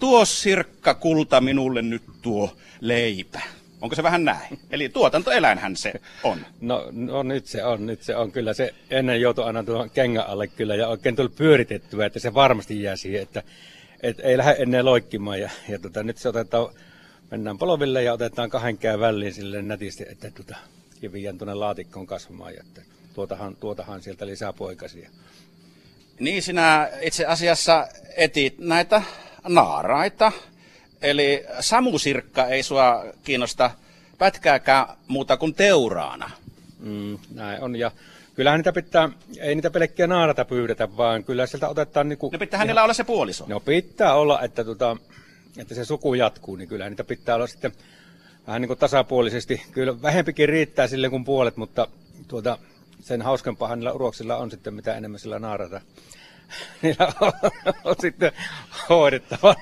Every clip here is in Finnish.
tuo Sirkka kulta minulle nyt tuo leipä. Onko se vähän näin? Eli tuotantoeläinhän se on. No nyt se on. Kyllä se ennen joutui aina tuon kengän alle kyllä ja oikein tuli pyöritettyä, että se varmasti jää siihen, että ei lähde ennen loikkimaan. Ja nyt se mennään polville ja otetaan 2 käden väliin silleen nätisti, että ja viedään tuonne laatikkoon kasvamaan. Ja että tuotahan sieltä lisää poikasia. Niin sinä itse asiassa etit näitä naaraita. Eli samusirkka ei sua kiinnosta pätkääkään muuta kuin teuraana. Näin on, ja kyllähän ei niitä pelkkiä naarata pyydetä, vaan kyllä sieltä otetaan niinku... No pitää hänellä olla se puoliso. No pitää olla, että se suku jatkuu, niin kyllähän niitä pitää olla sitten vähän niin kuin tasapuolisesti. Kyllä vähempikin riittää sille kuin puolet, mutta sen hauskempaahan niillä uroksilla on sitten, mitä enemmän sillä naarata. Niillä on sitten hoidettava.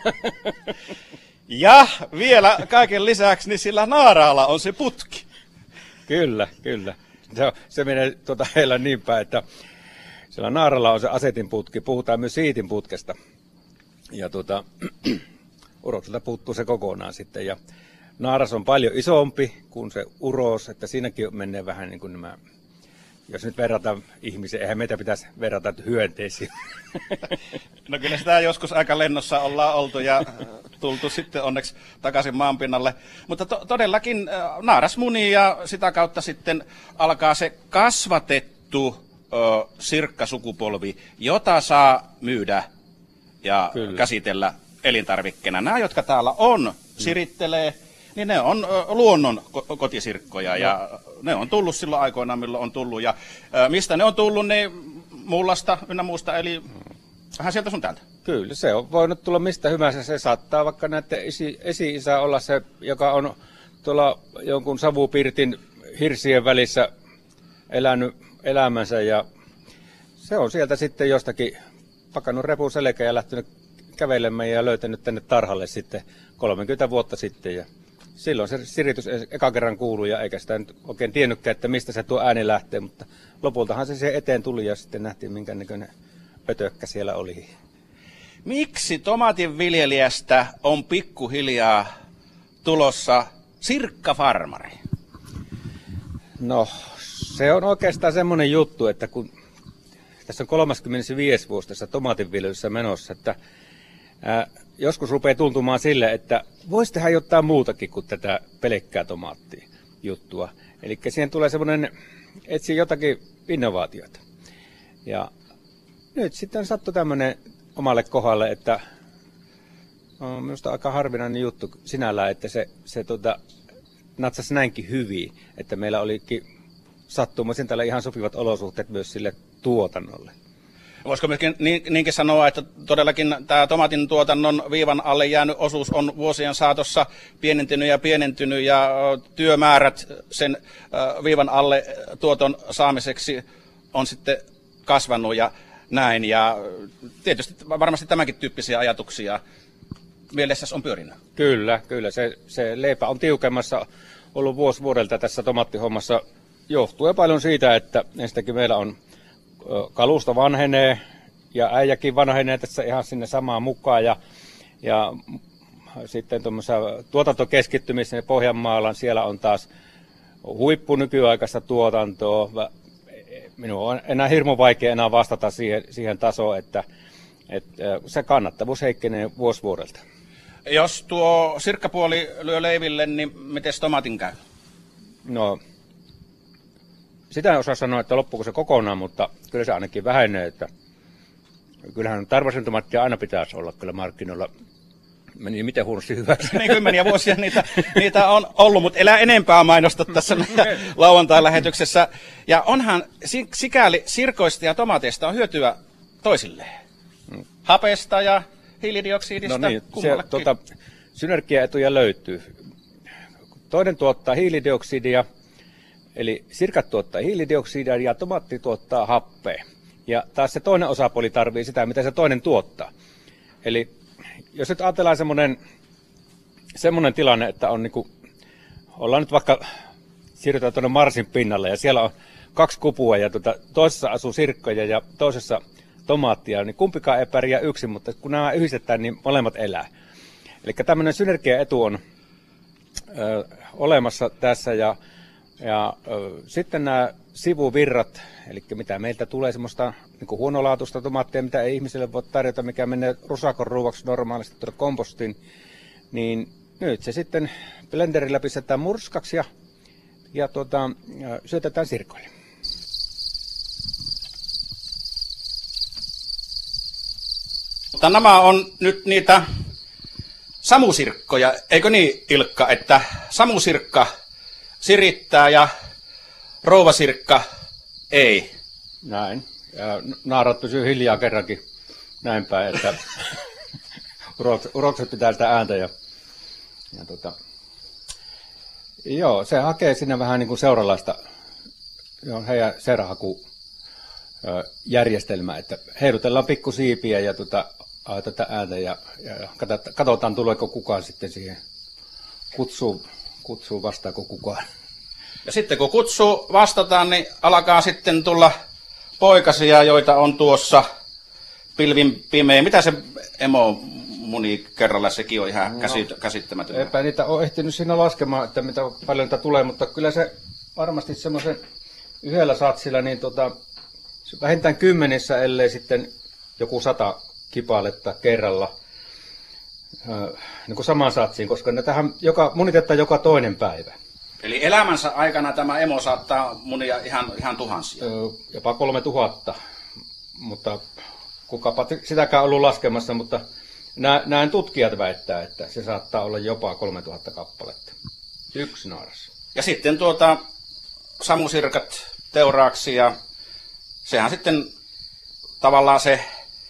Ja vielä kaiken lisäksi, niin sillä naaraalla on se putki. Kyllä. Se menee heillä niin päin, että sillä naaralla on se asetinputki. Puhutaan myös siitinputkesta. Ja urokselta puuttuu se kokonaan sitten. Ja naaras on paljon isompi kuin se uros, että siinäkin menee vähän niin kuin nämä... Jos nyt verrataan ihmisiä, eihän meitä pitäisi verrata hyönteisiin. No kyllä sitä joskus aika lennossa ollaan oltu ja tultu sitten onneksi takaisin maanpinnalle. Mutta todellakin naaras munii ja sitä kautta sitten alkaa se kasvatettu sirkkasukupolvi, jota saa myydä ja kyllä käsitellä elintarvikkeena. Nämä, jotka täällä on, sirittelee, niin ne on luonnon kotisirkkoja ja ne on tullut silloin aikoinaan, milloin on tullut. Ja mistä ne on tullut, niin mullasta ynnä muusta, eli vähän sieltä sun täältä. Kyllä, se on voinut tulla mistä hyvänsä. Se saattaa vaikka näiden esi-isä olla se, joka on tuolla jonkun savupirtin hirsien välissä elänyt elämänsä. Ja se on sieltä sitten jostakin pakannut repun selkä ja lähtenyt kävelemään ja löytänyt tänne tarhalle sitten 30 vuotta sitten. Ja silloin se siritys eka kerran kuului ja eikä sitä nyt oikein tiennytkään, että mistä se tuo ääni lähtee, mutta lopultahan se siihen eteen tuli ja sitten nähtiin, minkä näköinen pötökkä siellä oli. Miksi tomaatin viljelijästä on pikkuhiljaa tulossa sirkkafarmari? No, se on oikeastaan semmoinen juttu, että kun tässä on 35 vuosi tässä tomaatinviljelyssä menossa, että joskus rupeaa tuntumaan sille, että voisi tehdä jotain muutakin kuin tätä pelkkää tomaattia juttua. Eli siihen tulee semmoinen, etsii jotakin innovaatioita. Ja nyt sitten sattui tämmöinen omalle kohdalle, että on minusta aika harvinainen juttu sinällään, että se natsasi näinkin hyvin, että meillä olikin sattumoisin täällä ihan sopivat olosuhteet myös sille tuotannolle. Voisiko myöskin niinkin sanoa, että todellakin tämä tomaatin tuotannon viivan alle jäänyt osuus on vuosien saatossa pienentynyt ja työmäärät sen viivan alle tuoton saamiseksi on sitten kasvanut ja näin. Ja tietysti varmasti tämänkin tyyppisiä ajatuksia mielessäsi on pyörinyt. Kyllä. Se leipä on tiukemmassa ollut vuosi vuodelta tässä tomaattihommassa johtuen paljon siitä, että ensinnäkin meillä on kalusto vanhenee ja äijäkin vanhenee tässä ihan sinne samaan mukaan ja sitten tuommoisessa tuotantokeskittymissä Pohjanmaalla siellä on taas huippu nykyaikaista tuotantoa. Minun on enää hirmu vaikea enää vastata siihen tasoon, että se kannattavuus heikkenee vuosi vuodelta. Jos tuo sirkkapuoli lyö leiville, niin miten tomaatin käy? No, sitä en osaa sanoa, että loppuuko se kokonaan, mutta kyllä se ainakin vähenee. Että kyllähän tarvasen tomaattia aina pitäisi olla kyllä markkinoilla. Meni miten huonosti hyväksi. Niin kymmeniä vuosia niitä on ollut, mutta elää enempää mainosta tässä lauantai-lähetyksessä. Ja onhan sikäli sirkoista ja tomaateista on hyötyä toisilleen. Hapesta ja hiilidioksidista. No niin, synergiaetuja löytyy. Toinen tuottaa hiilidioksidia, eli sirkat tuottaa hiilidioksidia ja tomaatti tuottaa happea. Ja taas se toinen osapuoli tarvii sitä, mitä se toinen tuottaa. Eli jos nyt ajatellaan semmoinen tilanne, että on niinku, ollaan nyt vaikka siirrytään tuonne Marsin pinnalle ja siellä on 2 kupua ja toisessa asuu sirkkoja ja toisessa tomaattia, niin kumpikaan ei pärjää yksin, mutta kun nämä yhdistetään, niin molemmat elää. Eli tämmöinen synergiaetu on olemassa tässä sitten nämä sivuvirrat, eli mitä meiltä tulee semmoista niin kuin huonolaatuista tomaattia, mitä ei ihmiselle voi tarjota, mikä menee rusakon ruuaksi normaalisti tuoda kompostiin, niin nyt se sitten blenderillä pistetään murskaksi ja syötetään sirkoille. Mutta nämä on nyt niitä samusirkkoja, eikö niin Ilkka, että samusirkka sirittää ja rouvasirkka ei? Näin. Ja naarat pysyy hiljaa kerrankin näin päin, että urokset pitää sitä ääntä. Joo, se hakee siinä vähän niin kuin seuralaista heidän seurahakujärjestelmää, että heilutellaan pikkusiipiä ja tätä ääntä ja katsotaan tuleeko kukaan sitten siihen kutsuu vastaako kukaan. Ja sitten kun kutsuu vastataan, niin alkaa sitten tulla poikasia, joita on tuossa pilvin pimeä. Mitä se emo muni kerralla, sekin on ihan käsittämätöntä. Eipä niitä ole ehtinyt siinä laskemaan, että mitä paljon niitä tulee, mutta kyllä se varmasti semmoisen yhdellä satsilla, niin vähintään 10, ellei sitten joku 100 kipaletta kerralla niin kuin samaan satsiin, koska ne tähän munitetaan joka toinen päivä. Eli elämänsä aikana tämä emo saattaa munia ihan tuhansia. Jopa 3000, mutta kukapa sitäkään ollut laskemassa, mutta näin tutkijat väittää, että se saattaa olla jopa 3000 kappaletta. Yksi naaras. Ja sitten samusirkat teuraaksi ja sehän sitten tavallaan se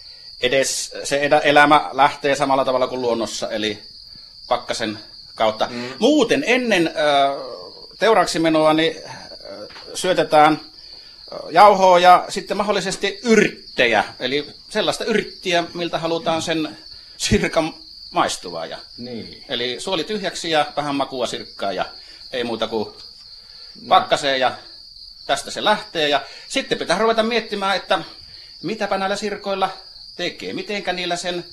elämä lähtee samalla tavalla kuin luonnossa, eli pakkasen kautta. Muuten ennen teuraaksi menoa niin syötetään jauhoa ja sitten mahdollisesti yrttejä, eli sellaista yrttiä, miltä halutaan sen sirkan maistuva. Niin. Eli suoli tyhjäksi ja vähän makua sirkkaa ja ei muuta kuin pakkaseen ja tästä se lähtee. Ja sitten pitää ruveta miettimään, että mitäpä näillä sirkoilla tekee, mitenkä niillä sen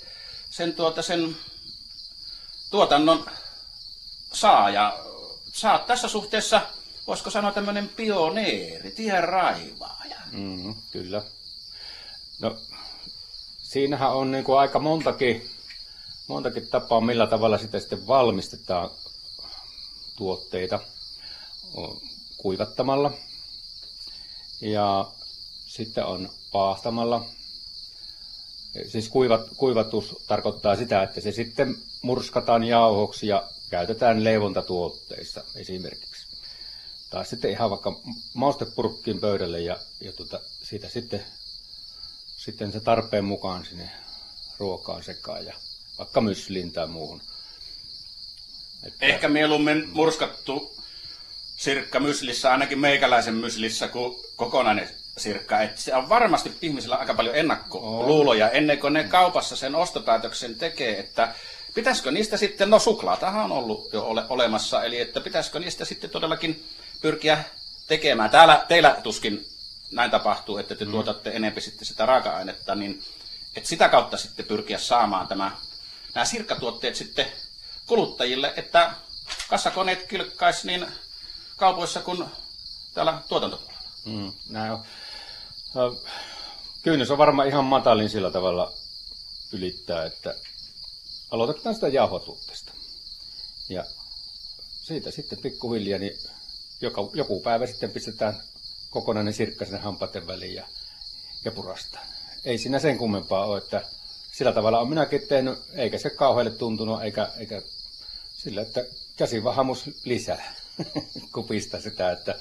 tuotannon saa. Ja sä oot tässä suhteessa, voisiko sanoa tämmöinen pioneeri, tienraivaaja. Kyllä. No, siinähän on niin kuin aika montakin tapaa, millä tavalla sitä sitten valmistetaan tuotteita kuivattamalla ja sitten on paahtamalla. Siis kuivatus tarkoittaa sitä, että se sitten murskataan jauhoksi ja käytetään leivontatuotteissa esimerkiksi. Tai sitten ihan vaikka maustepurkkiin pöydälle ja siitä sitten se tarpeen mukaan sinne ruokaan sekaan ja vaikka mysliin tai muuhun. Ehkä mieluummin murskattu sirkka myslissä, ainakin meikäläisen myslissä, kuin kokonainen sirkka. Et se on varmasti ihmisillä aika paljon ennakkoluuloja ennen kuin ne kaupassa sen ostopäätöksen tekee, että pitäisikö niistä sitten, no suklaatahan on ollut jo olemassa, eli että pitäisikö niistä sitten todellakin pyrkiä tekemään. Teillä tuskin näin tapahtuu, että te tuotatte enemmän sitten sitä raaka-ainetta, niin että sitä kautta sitten pyrkiä saamaan nämä sirkkatuotteet sitten kuluttajille, että kassakoneet kilkkaisi niin kaupoissa kuin täällä tuotantopuolella. Näin on. Kynnys on varmaan ihan matalin sillä tavalla ylittää, että aloitetaan sitä jauhotuotteesta. Ja siitä sitten pikkuhiljaa niin joku päivä sitten pistetään kokonainen sirkka sinne hampaiden väliin ja purastaan. Ei siinä sen kummempaa ole, että sillä tavalla on minäkin tehnyt, eikä se kauhealle tuntunut, eikä sillä, että käsivahamus lisää, kun pistää sitä, että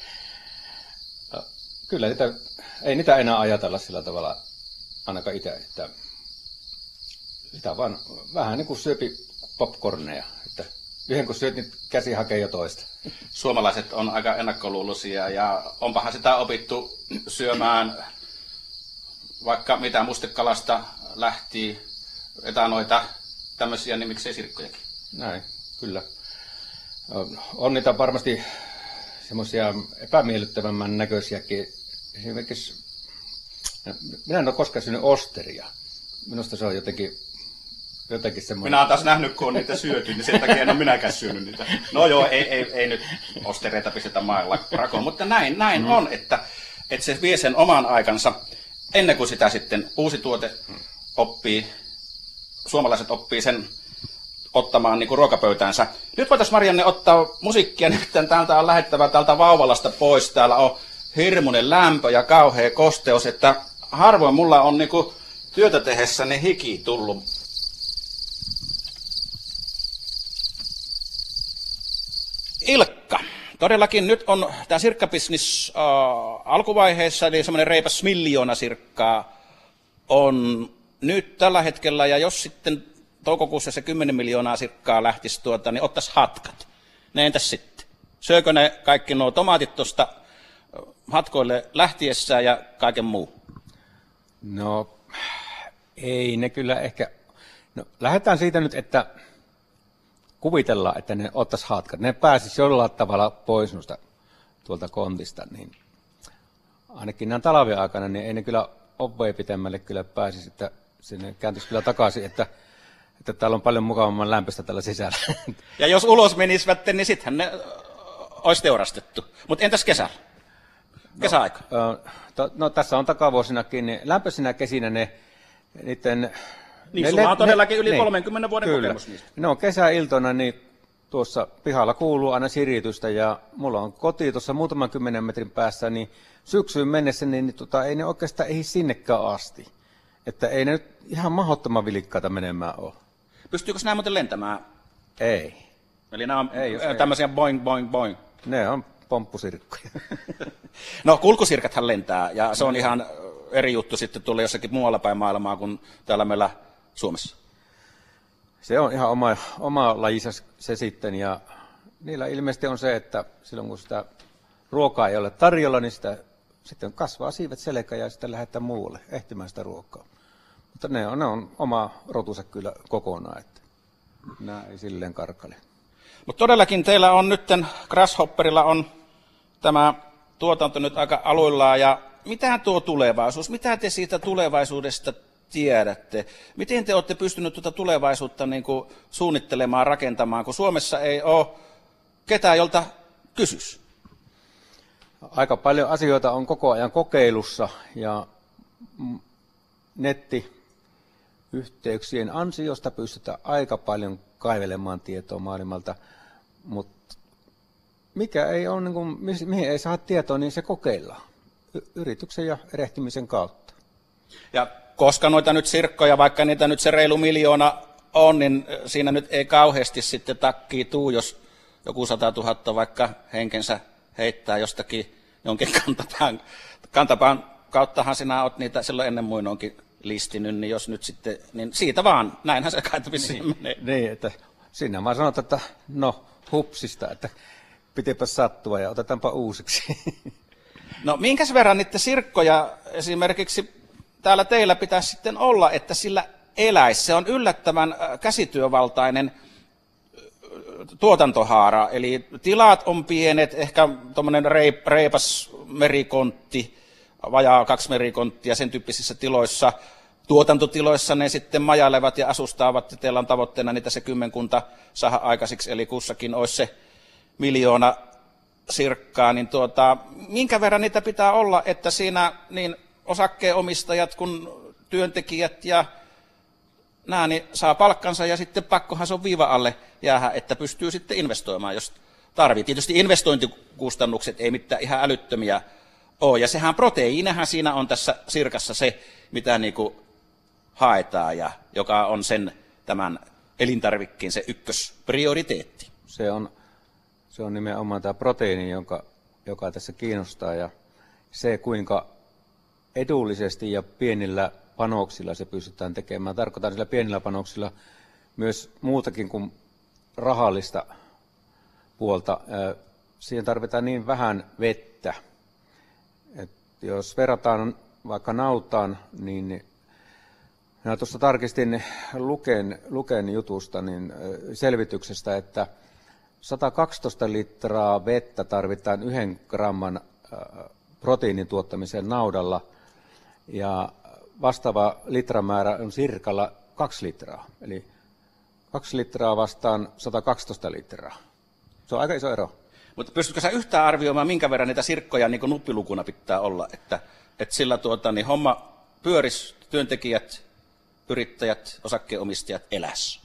kyllä ei niitä enää ajatella sillä tavalla, ainakaan itse, että sitä vaan vähän niin kuin syöpi popcorneja, että yhden kun syöt, niin käsi hakee jo toista. Suomalaiset on aika ennakkoluuloisia ja onpahan sitä opittu syömään vaikka mitä mustekalasta lähti, etanoita, tämmöisiä, niin miksei sirkkojakin. Näin, kyllä. On niitä varmasti semmoisia epämiellyttävämmän näköisiäkin. Esimerkiksi, minä en ole koskaan syönyt osteria. Minusta se on jotenkin jotenkin semmoinen. Minä olen taas nähnyt, kun on niitä syöty, niin sen takia en ole minäkään syönyt niitä. No joo, ei nyt ostereita pistetä mailla rakoon, mutta näin on, että se vie sen oman aikansa ennen kuin sitä sitten uusi tuote suomalaiset oppii sen ottamaan niin kuin ruokapöytäänsä. Nyt voitaisiin, Marianne, ottaa musiikkia, nyt täältä on lähettävä täältä Vauvalasta pois, täällä on hirmuinen lämpö ja kauhea kosteus, että harvoin mulla on niin kuin työtä tehessäni hiki tullut. Ilkka, todellakin nyt on tämä sirkkabisnis alkuvaiheessa, eli semmoinen reipas 1 miljoona sirkkaa on nyt tällä hetkellä, ja jos sitten toukokuussa se 10 miljoonaa sirkkaa lähtisi niin ottaisi hatkat. Ne entäs sitten? Syökö ne kaikki nuo tomaatit tuosta hatkoille lähtiessään ja kaiken muu? No, ei ne kyllä ehkä. No, lähdetään siitä nyt, että kuvitellaan, että ne ottaisi hatkat. Ne pääsisi jollain tavalla pois tuolta kontista, niin ainakin näin talven aikana, niin ei ne kyllä ovea pitemmälle kyllä pääsisi, että sinne kääntyisi kyllä takaisin, että täällä on paljon mukavamman lämpöistä tällä sisällä. Ja jos ulos menisivät, niin sittenhän ne olisi teurastettu. Mutta entäs kesällä? Kesäaika? No tässä on takavuosinakin, niin lämpöisinä kesinä niiden. Niin, sulla on todellakin yli 30 vuoden kyllä. kokemus niistä. No kesäiltona, niin tuossa pihalla kuuluu aina siritystä, ja mulla on koti tuossa muutaman 10 metrin päässä, niin syksyyn mennessä niin ei ne oikeastaan ehdi sinnekään asti. Että ei ne nyt ihan mahdottoman vilikkaita menemään ole. Pystyykö nämä muuten lentämään? Ei. Eli nämä on tämmöisiä boing, boing, boing. Ne on pomppusirkkoja. No kulkusirkathan lentää, ja se on ihan eri juttu sitten tulla jossakin muualla päin maailmaa kuin täällä meillä Suomessa. Se on ihan oma lajissa se sitten, ja niillä ilmeisesti on se, että silloin kun sitä ruokaa ei ole tarjolla, niin sitä sitten kasvaa siivet selkään ja sitten lähdetään muualle ehtimään sitä ruokaa. Mutta ne on oma rotunsa kyllä kokonaan, että nämä ei silleen karkale. Mutta todellakin teillä on nyt, Grasshopperilla on tämä tuotanto nyt aika aluillaan, ja mitä tuo tulevaisuus, mitä te siitä tulevaisuudesta tiedätte? Miten te olette pystyneet tuota tulevaisuutta niin kuin suunnittelemaan, rakentamaan, kun Suomessa ei ole ketään, jolta kysys? Aika paljon asioita on koko ajan kokeilussa, ja nettiyhteyksien ansiosta pystytään aika paljon kaivelemaan tietoa maailmalta, mutta mikä ei ole, niin kuin, mihin ei saa tietoa, niin se kokeillaan yrityksen ja erehtimisen kautta. Ja koska noita nyt sirkkoja, vaikka niitä nyt se reilu 1 miljoona on, niin siinä nyt ei kauheasti sitten takkii tuu, jos joku 100 000 vaikka henkensä heittää jostakin jonkin kantapään kauttahan sinä olet niitä silloin ennen muinoinkin listinyt, niin jos nyt sitten, niin siitä vaan, näinhän se kai menee. Niin, että siinä mä sanon, että no hupsista, että pitipä sattua ja otetaanpa uusiksi. No minkäs verran niitä sirkkoja esimerkiksi täällä teillä pitäisi sitten olla, että sillä eläisi? Se on yllättävän käsityövaltainen tuotantohaara, eli tilat on pienet, ehkä tuommoinen reipas merikontti, vajaa 2 merikonttia sen tyyppisissä tiloissa. Tuotantotiloissa ne sitten majailevat ja asustavat, ja teillä on tavoitteena niitä se 10 saada aikaisiksi, eli kussakin olisi se 1 miljoona sirkkaa, niin minkä verran niitä pitää olla, että siinä niin osakkeenomistajat kuin työntekijät ja nämä niin saa palkkansa, ja sitten pakkohan se on viiva alle jäädä, että pystyy sitten investoimaan, jos tarvitsee. Tietysti investointikustannukset ei mitään ihan älyttömiä ole, ja sehän proteiinähän siinä on tässä sirkassa se, mitä niin kuin haetaan, ja joka on tämän elintarvikkeen se ykkösprioriteetti. Se on nimenomaan tämä proteiini, joka tässä kiinnostaa, ja se kuinka edullisesti ja pienillä panoksilla se pystytään tekemään. Tarkoitan sillä pienillä panoksilla myös muutakin kuin rahallista puolta. Siihen tarvitaan niin vähän vettä. Et jos verrataan vaikka nautaan, niin minä tuossa tarkistin Luken jutusta niin selvityksestä, että 112 litraa vettä tarvitaan 1 gramman proteiinin tuottamiseen naudalla, ja vastaava litramäärä on sirkalla 2 litraa. Eli 2 litraa vastaan 112 litraa. Se on aika iso ero. Mutta pystytkö sä yhtään arvioimaan, minkä verran niitä sirkkoja niin nuppilukuna pitää olla, että sillä niin homma pyöris, työntekijät, yrittäjät, osakkeenomistajat eläs?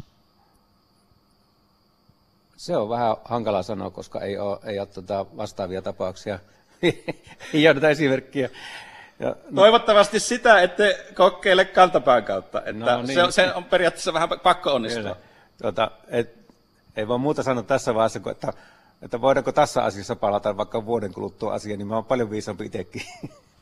Se on vähän hankala sanoa, koska ei ole vastaavia tapauksia. Ei jouduta esimerkkiä. Ja, Toivottavasti sitä, ette kokeile kantapään kautta. Että no niin. se on periaatteessa vähän pakko onnistua. Ei voi muuta sanoa tässä vaiheessa, kuin että voidaanko tässä asiassa palata vaikka vuoden kuluttua asiaan, niin mä oon paljon viisaampi itsekin.